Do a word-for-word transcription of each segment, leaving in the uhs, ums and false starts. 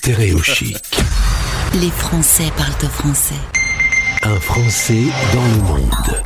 Stéréo Chic. Les Français parlent français. Un Français dans le monde.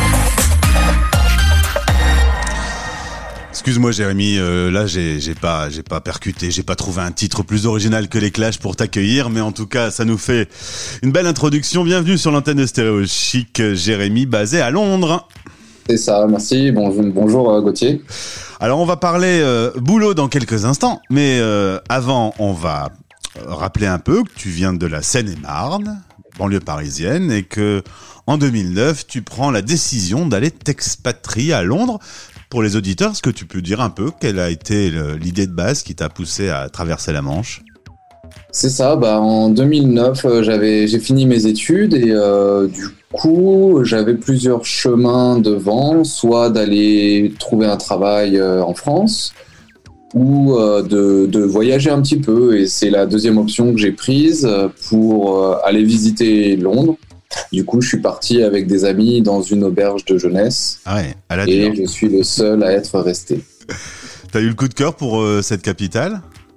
Excuse-moi Jérémy, euh, là j'ai, j'ai pas, j'ai pas percuté, j'ai pas trouvé un titre plus original que les Clash pour t'accueillir, mais en tout cas ça nous fait une belle introduction. Bienvenue sur l'antenne de Stéréo Chic, Jérémy, basé à Londres. C'est ça, merci. Bonjour, bonjour Gauthier. Alors on va parler euh, boulot dans quelques instants, mais euh, avant on va rappeler un peu que tu viens de la Seine-et-Marne, banlieue parisienne, et que en deux mille neuf tu prends la décision d'aller t'expatrier à Londres. Pour les auditeurs, est-ce que tu peux dire un peu quelle a été le, l'idée de base qui t'a poussé à traverser la Manche ? C'est ça, bah en deux mille neuf, euh, j'avais, j'ai fini mes études et euh, du coup, j'avais plusieurs chemins devant, soit d'aller trouver un travail euh, en France ou euh, de, de voyager un petit peu. Et c'est la deuxième option que j'ai prise pour euh, aller visiter Londres. Du coup, je suis parti avec des amis dans une auberge de jeunesse. Ah ouais, à la et dure. Je suis le seul à être resté. T'as eu le coup de cœur pour euh, cette capitale ?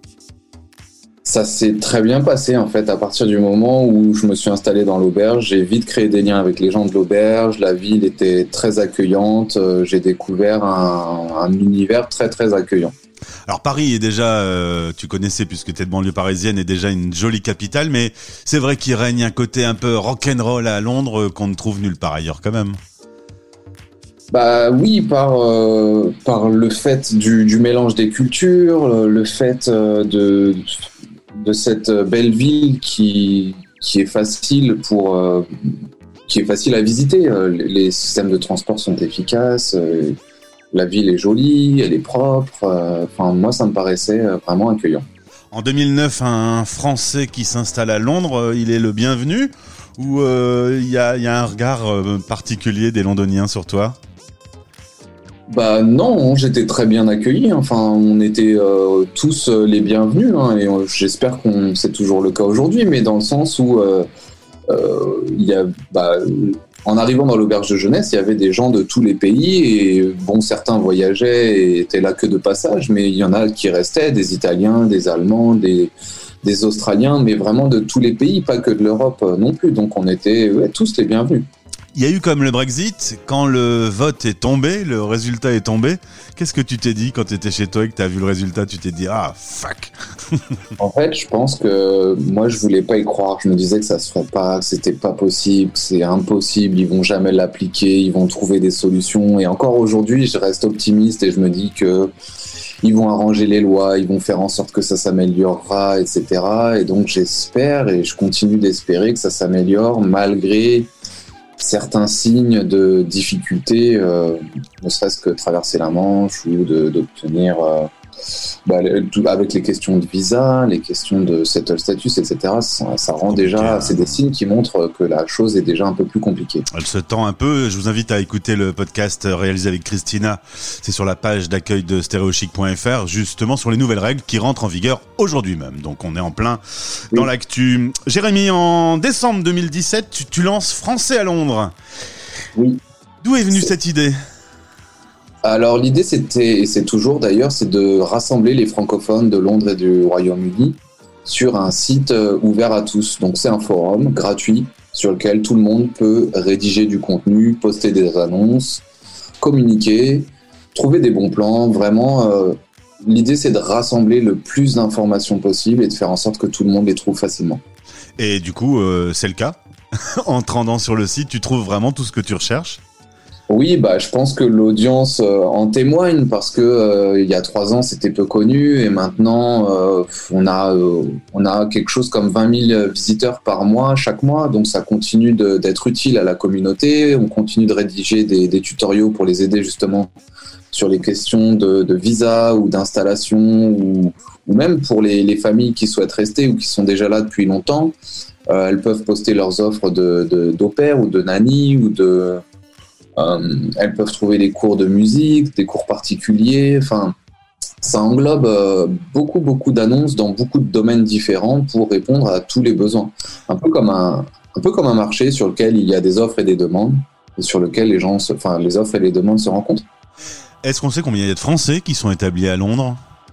Ça s'est très bien passé en fait. À partir du moment où je me suis installé dans l'auberge, j'ai vite créé des liens avec les gens de l'auberge. La ville était très accueillante. J'ai découvert un, un univers très très accueillant. Alors Paris est déjà, euh, tu connaissais puisque t'es de banlieue parisienne, est déjà une jolie capitale, mais c'est vrai qu'il règne un côté un peu rock'n'roll à Londres euh, qu'on ne trouve nulle part ailleurs quand même. Bah oui, par euh, par le fait du, du mélange des cultures, le, le fait euh, de de cette belle ville qui qui est facile pour euh, qui est facile à visiter. Les systèmes de transport sont efficaces. Euh, La ville est jolie, elle est propre. Enfin, moi, ça me paraissait vraiment accueillant. En deux mille neuf, un Français qui s'installe à Londres, il est le bienvenu ou il euh, y, a, y a un regard euh, particulier des Londoniens sur toi ? Bah non, j'étais très bien accueilli. Enfin, on était euh, tous les bienvenus, hein, et euh, j'espère qu'on c'est toujours le cas aujourd'hui. Mais dans le sens où euh, euh, il y a bah, en arrivant dans l'auberge de jeunesse, il y avait des gens de tous les pays et bon, certains voyageaient et étaient là que de passage, mais il y en a qui restaient, des Italiens, des Allemands, des, des Australiens, mais vraiment de tous les pays, pas que de l'Europe non plus. Donc on était ouais, tous les bienvenus. Il y a eu comme le Brexit, quand le vote est tombé, le résultat est tombé. Qu'est-ce que tu t'es dit quand tu étais chez toi et que tu as vu le résultat ? Tu t'es dit « Ah, fuck !» En fait, je pense que moi, je voulais pas y croire. Je me disais que ça se ferait pas, que c'était pas possible, que c'est impossible, ils vont jamais l'appliquer, ils vont trouver des solutions. Et encore aujourd'hui, je reste optimiste et je me dis que ils vont arranger les lois, ils vont faire en sorte que ça s'améliorera, et cetera. Et donc, j'espère et je continue d'espérer que ça s'améliore malgré certains signes de difficulté, euh, ne serait-ce que traverser la Manche ou de, d'obtenir, euh, bah, avec les questions de visa, les questions de settle status, et cetera. Ça, ça rend déjà, c'est des signes qui montrent que la chose est déjà un peu plus compliquée. Elle se tend un peu. Je vous invite à écouter le podcast réalisé avec Christina. C'est sur la page d'accueil de stéréochic point f r, justement sur les nouvelles règles qui rentrent en vigueur aujourd'hui même. Donc on est en plein oui. dans l'actu. Jérémy, en décembre deux mille dix-sept, tu, tu lances Français à Londres. Oui. D'où est venue c'est... cette idée ? Alors l'idée c'était, et c'est toujours d'ailleurs, c'est de rassembler les francophones de Londres et du Royaume-Uni sur un site ouvert à tous. Donc c'est un forum gratuit sur lequel tout le monde peut rédiger du contenu, poster des annonces, communiquer, trouver des bons plans. Vraiment, euh, l'idée c'est de rassembler le plus d'informations possible et de faire en sorte que tout le monde les trouve facilement. Et du coup, euh, c'est le cas ? En te rendant sur le site, tu trouves vraiment tout ce que tu recherches ? Oui, bah, je pense que l'audience euh, en témoigne parce que euh, il y a trois ans c'était peu connu et maintenant euh, on a euh, on a quelque chose comme vingt mille visiteurs par mois chaque mois, donc ça continue de, d'être utile à la communauté. On continue de rédiger des, des tutoriaux pour les aider justement sur les questions de, de visa ou d'installation ou, ou même pour les, les familles qui souhaitent rester ou qui sont déjà là depuis longtemps. Euh, elles peuvent poster leurs offres de, de, d'au pair ou de nanny ou de Euh, elles peuvent trouver des cours de musique, des cours particuliers. Enfin, ça englobe euh, beaucoup, beaucoup d'annonces dans beaucoup de domaines différents pour répondre à tous les besoins. Un peu comme un, un peu comme un marché sur lequel il y a des offres et des demandes, et sur lequel les gens, se, enfin, les offres et les demandes se rencontrent. Est-ce qu'on sait combien il y a de Français qui sont établis à Londres ?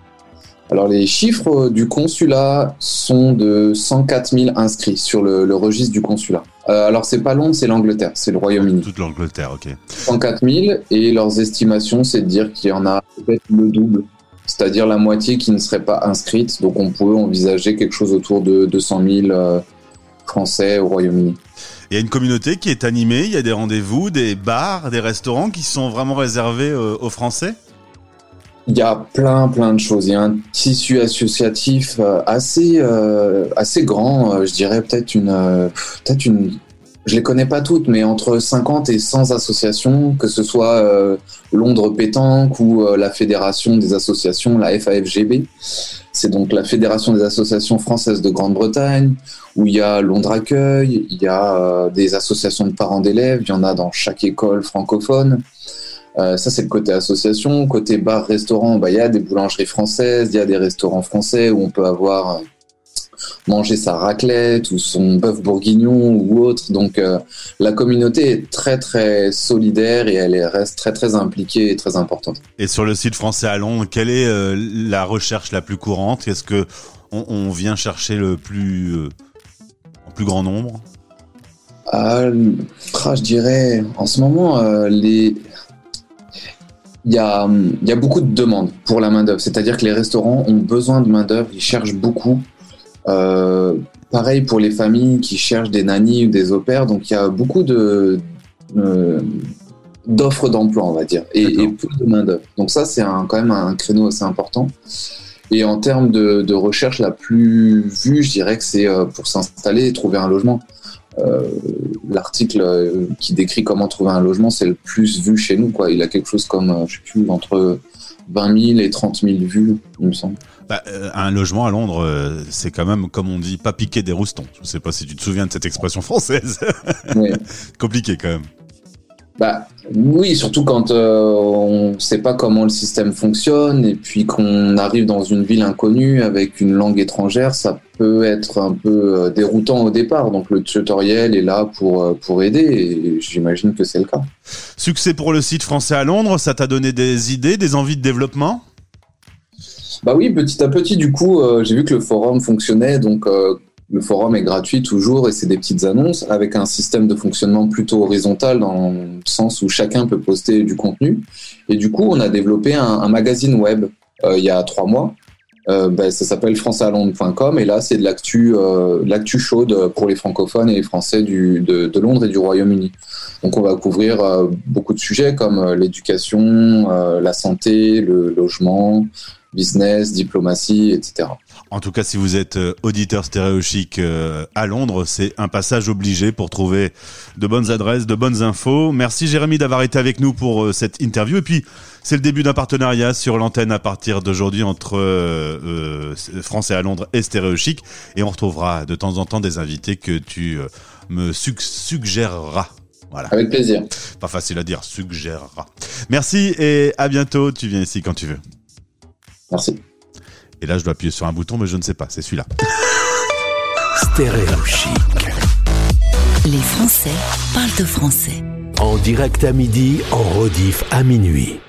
Alors les chiffres du consulat sont de cent quatre mille inscrits sur le, le registre du consulat. Euh, alors c'est pas Londres, c'est l'Angleterre, c'est le Royaume-Uni. Toute l'Angleterre, ok. cent quatre mille, et leurs estimations, c'est de dire qu'il y en a peut-être le double, c'est-à-dire la moitié qui ne serait pas inscrite. Donc on peut envisager quelque chose autour de deux cent mille euh, Français au Royaume-Uni. Il y a une communauté qui est animée, il y a des rendez-vous, des bars, des restaurants qui sont vraiment réservés euh, aux Français. Il y a plein, plein de choses. Il y a un tissu associatif euh, assez, euh, assez grand. Euh, je dirais peut-être une, euh, peut-être une. Je les connais pas toutes, mais entre cinquante et cent associations, que ce soit euh, Londres Pétanque ou euh, la Fédération des associations, la F A F G B. C'est donc la Fédération des associations françaises de Grande-Bretagne, où il y a Londres Accueil, il y a euh, des associations de parents d'élèves, il y en a dans chaque école francophone. Euh, ça, c'est le côté association. Côté bar-restaurant, bah, il y a des boulangeries françaises, il y a des restaurants français où on peut avoir euh, mangé sa raclette ou son bœuf bourguignon ou autre. Donc, euh, la communauté est très, très solidaire et elle est, reste très, très impliquée et très importante. Et sur le site Français à Londres, quelle est euh, la recherche la plus courante ? Est-ce que on, on vient chercher le plus, euh, en plus grand nombre ? euh, Je dirais, en ce moment, euh, les... Il y, a, il y a beaucoup de demandes pour la main-d'œuvre, c'est-à-dire que les restaurants ont besoin de main-d'œuvre, ils cherchent beaucoup. Euh, pareil pour les familles qui cherchent des nannies ou des au-pairs, donc il y a beaucoup de, euh, d'offres d'emploi, on va dire, et, et peu de main-d'œuvre. Donc ça, c'est un, quand même un créneau assez important. Et en termes de, de recherche la plus vue, je dirais que c'est euh, pour s'installer et trouver un logement. Euh, l'article euh, qui décrit comment trouver un logement, c'est le plus vu chez nous, quoi. Il a quelque chose comme, euh, je sais plus, entre vingt mille et trente mille vues, il me semble. Bah, euh, un logement à Londres, euh, c'est quand même, comme on dit, pas piquer des roustons. Je sais pas si tu te souviens de cette expression française. Ouais. Compliqué quand même. Bah oui, surtout quand euh, on sait pas comment le système fonctionne et puis qu'on arrive dans une ville inconnue avec une langue étrangère, ça peut être un peu déroutant au départ. Donc le tutoriel est là pour pour aider et j'imagine que c'est le cas. Succès pour le site Français à Londres, ça t'a donné des idées, des envies de développement ? Bah oui, petit à petit, du coup, euh, j'ai vu que le forum fonctionnait, donc euh, le forum est gratuit toujours et c'est des petites annonces avec un système de fonctionnement plutôt horizontal dans le sens où chacun peut poster du contenu. Et du coup, on a développé un, un magazine web euh, il y a trois mois. Euh, bah, ça s'appelle français à londres point com et là, c'est de l'actu, euh, l'actu chaude pour les francophones et les Français du, de, de Londres et du Royaume-Uni. Donc, on va couvrir euh, beaucoup de sujets comme euh, l'éducation, euh, la santé, le logement, business, diplomatie, et cetera. En tout cas, si vous êtes euh, auditeur stéréochic euh, à Londres, c'est un passage obligé pour trouver de bonnes adresses, de bonnes infos. Merci Jérémy d'avoir été avec nous pour euh, cette interview. Et puis, c'est le début d'un partenariat sur l'antenne à partir d'aujourd'hui entre euh, euh, Français à Londres et Stéréochic. Et on retrouvera de temps en temps des invités que tu euh, me sug- suggéreras. Voilà. Avec plaisir. Pas facile à dire, suggéreras. Merci et à bientôt. Tu viens ici quand tu veux. Merci. Et là, je dois appuyer sur un bouton, mais je ne sais pas. C'est celui-là. Stéréochic. Les Français parlent de français. En direct à midi, en rediff à minuit.